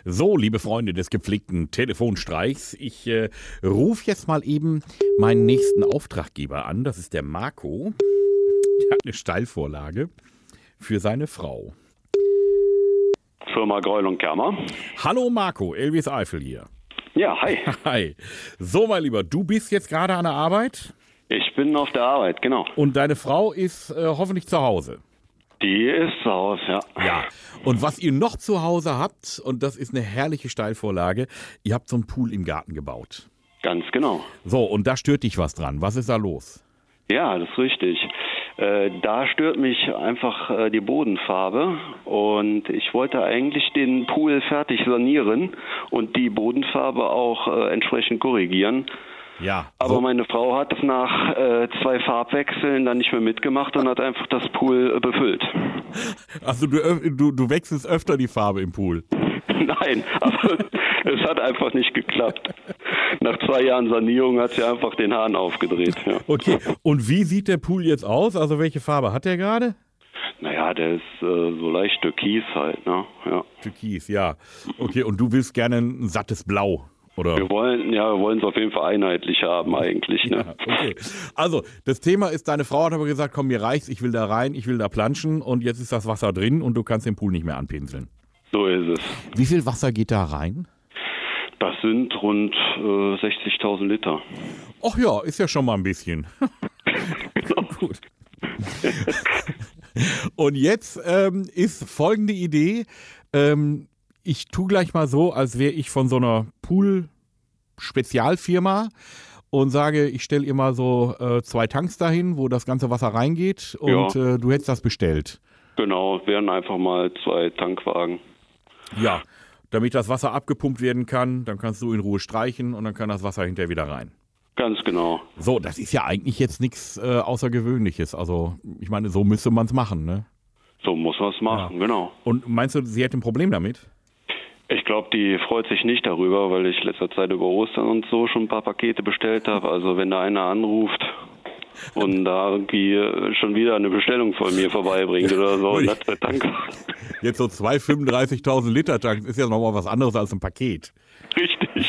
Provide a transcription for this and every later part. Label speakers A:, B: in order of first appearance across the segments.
A: So, liebe Freunde des gepflegten Telefonstreichs, ich rufe jetzt mal eben meinen nächsten Auftraggeber an. Das ist der Marco. Der hat eine Steilvorlage für seine Frau.
B: Firma Greul und Kermer.
A: Hallo Marco, Elvis Eifel hier.
B: Ja, hi.
A: Hi. So, mein Lieber, du bist jetzt gerade an der Arbeit?
B: Ich bin auf der Arbeit, genau.
A: Und deine Frau ist hoffentlich zu Hause?
B: Die ist zu Hause, ja.
A: Ja. Und was ihr noch zu Hause habt, und das ist eine herrliche Steilvorlage, ihr habt so einen Pool im Garten gebaut.
B: Ganz genau.
A: So, und da stört dich was dran. Was ist da los?
B: Ja, das ist richtig. Da stört mich einfach die Bodenfarbe und ich wollte eigentlich den Pool fertig sanieren und die Bodenfarbe auch entsprechend korrigieren.
A: Ja.
B: Aber meine Frau hat nach 2 Farbwechseln dann nicht mehr mitgemacht und hat einfach das Pool befüllt.
A: Also du wechselst öfter die Farbe im Pool?
B: Nein, aber es hat einfach nicht geklappt. Nach 2 Jahren Sanierung hat sie einfach den Hahn aufgedreht. Ja.
A: Okay, und wie sieht der Pool jetzt aus? Also welche Farbe hat der gerade?
B: Naja, der ist so leicht Türkis halt, ne? Ja.
A: Türkis, ja. Okay, und du willst gerne ein sattes Blau, oder?
B: Wir wollen es auf jeden Fall einheitlich haben eigentlich, ne?
A: Ja, okay. Also, das Thema ist, deine Frau hat aber gesagt, komm, mir reicht's, ich will da rein, ich will da planschen und jetzt ist das Wasser drin und du kannst den Pool nicht mehr anpinseln.
B: So ist es.
A: Wie viel Wasser geht da rein?
B: Das sind rund 60.000 Liter.
A: Ach ja, ist ja schon mal ein bisschen.
B: Genau.
A: Gut. Und jetzt ist folgende Idee. Ich tue gleich mal so, als wäre ich von so einer Pool-Spezialfirma und sage, ich stelle ihr mal so 2 Tanks dahin, wo das ganze Wasser reingeht und du hättest das bestellt.
B: Genau, wären einfach mal 2 Tankwagen.
A: Ja, damit das Wasser abgepumpt werden kann, dann kannst du in Ruhe streichen und dann kann das Wasser hinterher wieder rein.
B: Ganz genau.
A: So, das ist ja eigentlich jetzt nichts Außergewöhnliches. Also, ich meine, so müsste man es machen, ne?
B: So muss man es machen, genau.
A: Und meinst du, sie hätte ein Problem damit?
B: Ich glaube, die freut sich nicht darüber, weil ich letzter Zeit über Ostern und so schon ein paar Pakete bestellt habe. Also wenn da einer anruft und da irgendwie schon wieder eine Bestellung von mir vorbeibringt oder so. Und das wird Dank.
A: Jetzt so 2 35.000 Liter Tanks ist ja nochmal was anderes als ein Paket.
B: Richtig.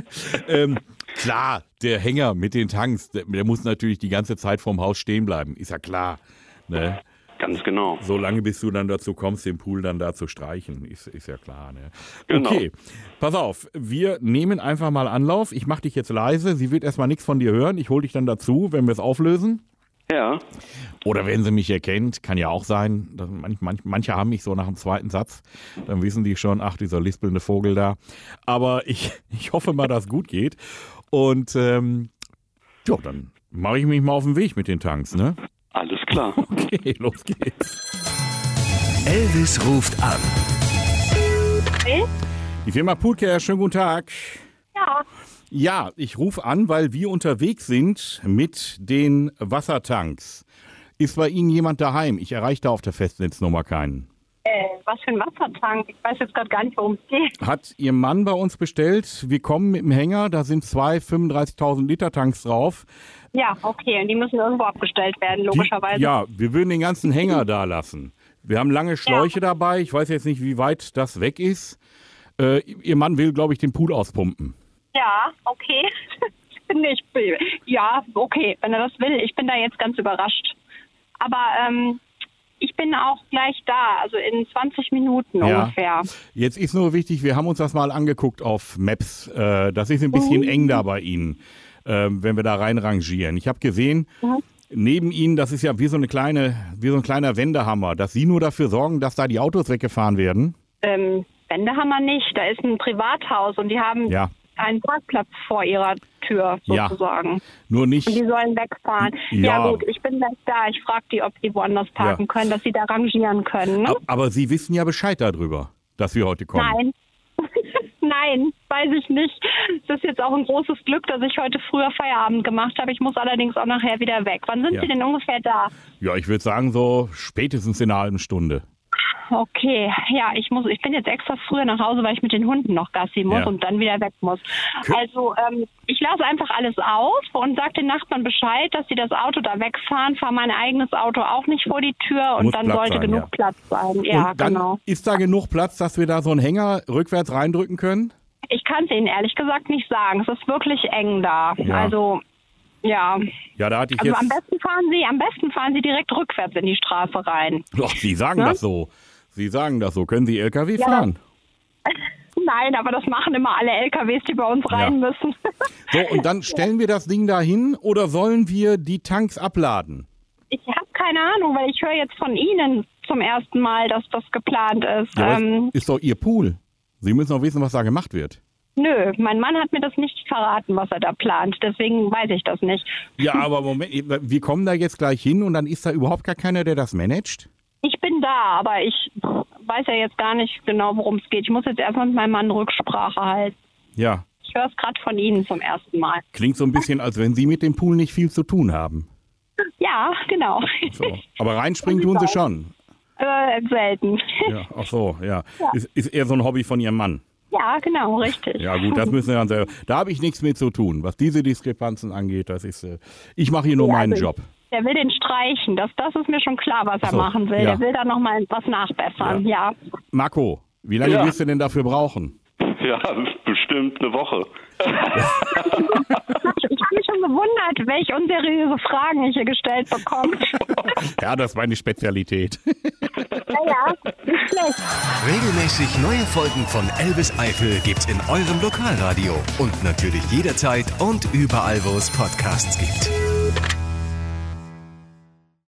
A: Klar, der Hänger mit den Tanks, der muss natürlich die ganze Zeit vorm Haus stehen bleiben, ist ja klar. Ne?
B: Ganz genau.
A: So lange, bis du dann dazu kommst, den Pool dann da zu streichen, ist ja klar. Ne?
B: Genau.
A: Okay, pass auf, wir nehmen einfach mal Anlauf. Ich mache dich jetzt leise, sie wird erstmal nichts von dir hören. Ich hole dich dann dazu, wenn wir es auflösen.
B: Ja.
A: Oder wenn sie mich erkennt, kann ja auch sein. Manche haben mich so nach dem 2. Satz, dann wissen die schon, ach, dieser lispelnde Vogel da. Aber ich hoffe mal, dass es gut geht. Und dann mache ich mich mal auf den Weg mit den Tanks, ne?
B: Alles klar.
A: Okay, los geht's.
C: Elvis ruft an.
D: Hey?
A: Die Firma Poolcare, schönen guten Tag.
D: Ja.
A: Ja, ich rufe an, weil wir unterwegs sind mit den Wassertanks. Ist bei Ihnen jemand daheim? Ich erreiche da auf der Festnetznummer keinen.
D: Was für ein Wassertank? Ich weiß jetzt gerade gar nicht, worum es geht.
A: Hat Ihr Mann bei uns bestellt. Wir kommen mit dem Hänger, da sind 2 35.000 Liter Tanks drauf.
D: Ja, okay. Und die müssen irgendwo abgestellt werden, logischerweise.
A: Wir würden den ganzen Hänger da lassen. Wir haben lange Schläuche dabei. Ich weiß jetzt nicht, wie weit das weg ist. Ihr Mann will, glaube ich, den Pool auspumpen.
D: Ja, okay. Ja, okay, wenn er das will. Ich bin da jetzt ganz überrascht. Aber ich bin auch gleich da, also in 20 Minuten ungefähr.
A: Jetzt ist nur wichtig, wir haben uns das mal angeguckt auf Maps. Das ist ein bisschen eng da bei Ihnen, wenn wir da reinrangieren. Ich habe gesehen, neben Ihnen, das ist ja wie so ein kleiner Wendehammer, dass Sie nur dafür sorgen, dass da die Autos weggefahren werden.
D: Wendehammer nicht, da ist ein Privathaus und die haben einen Parkplatz vor ihrer Tür sozusagen.
A: Nur nicht.
D: Und die sollen wegfahren. Ja gut, ich bin gleich da. Ich frage die, ob die woanders parken können, dass sie da rangieren können. Ne?
A: Aber Sie wissen ja Bescheid darüber, dass wir heute kommen.
D: Nein. Nein, weiß ich nicht. Es ist jetzt auch ein großes Glück, dass ich heute früher Feierabend gemacht habe. Ich muss allerdings auch nachher wieder weg. Wann sind Sie denn ungefähr da?
A: Ja, ich würde sagen so spätestens in einer halben Stunde.
D: Okay, ja, ich bin jetzt extra früher nach Hause, weil ich mit den Hunden noch Gassi muss und dann wieder weg muss. Also ich lasse einfach alles auf und sage den Nachbarn Bescheid, dass sie das Auto da wegfahren, fahre mein eigenes Auto auch nicht vor die Tür und dann sollte genug Platz sein. Ja,
A: und dann
D: genau.
A: Ist da genug Platz, dass wir da so einen Hänger rückwärts reindrücken können?
D: Ich kann es Ihnen ehrlich gesagt nicht sagen. Es ist wirklich eng da.
A: Ja.
D: Also ja.
A: Ja, da hatte ich
D: also
A: jetzt.
D: Am besten fahren Sie direkt rückwärts in die Straße rein.
A: Doch, Sie sagen das so. Sie sagen das so. Können Sie LKW fahren?
D: Nein, aber das machen immer alle LKWs, die bei uns rein müssen.
A: So, und dann stellen wir das Ding da hin oder sollen wir die Tanks abladen?
D: Ich habe keine Ahnung, weil ich höre jetzt von Ihnen zum ersten Mal, dass das geplant ist.
A: Ja, ist doch Ihr Pool. Sie müssen doch wissen, was da gemacht wird.
D: Nö, mein Mann hat mir das nicht verraten, was er da plant. Deswegen weiß ich das nicht.
A: Ja, aber Moment, wir kommen da jetzt gleich hin und dann ist da überhaupt gar keiner, der das managt?
D: Ich bin da, aber ich weiß ja jetzt gar nicht genau, worum es geht. Ich muss jetzt erstmal mit meinem Mann Rücksprache halten.
A: Ja.
D: Ich höre es gerade von Ihnen zum ersten Mal.
A: Klingt so ein bisschen, als wenn Sie mit dem Pool nicht viel zu tun haben.
D: Ja, genau.
A: So. Aber reinspringen tun Sie schon.
D: Selten.
A: Ja, ach so, ja. Ist eher so ein Hobby von Ihrem Mann.
D: Ja, genau, richtig.
A: Ja gut, das müssen wir dann selber. Da habe ich nichts mit zu tun. Was diese Diskrepanzen angeht, das ist, ich mache hier nur meinen Job.
D: Der will den streichen, das ist mir schon klar, was er machen will. Der will da nochmal was nachbessern, ja.
A: Marco, wie lange wirst du denn dafür brauchen?
B: Ja, bestimmt eine Woche.
D: Ich habe mich schon gewundert, welche unseriöse Fragen ich hier gestellt bekomme.
A: Ja, das ist meine Spezialität.
D: Ja, nicht schlecht.
C: Regelmäßig neue Folgen von Elvis Eifel gibt's in eurem Lokalradio und natürlich jederzeit und überall, wo es Podcasts gibt.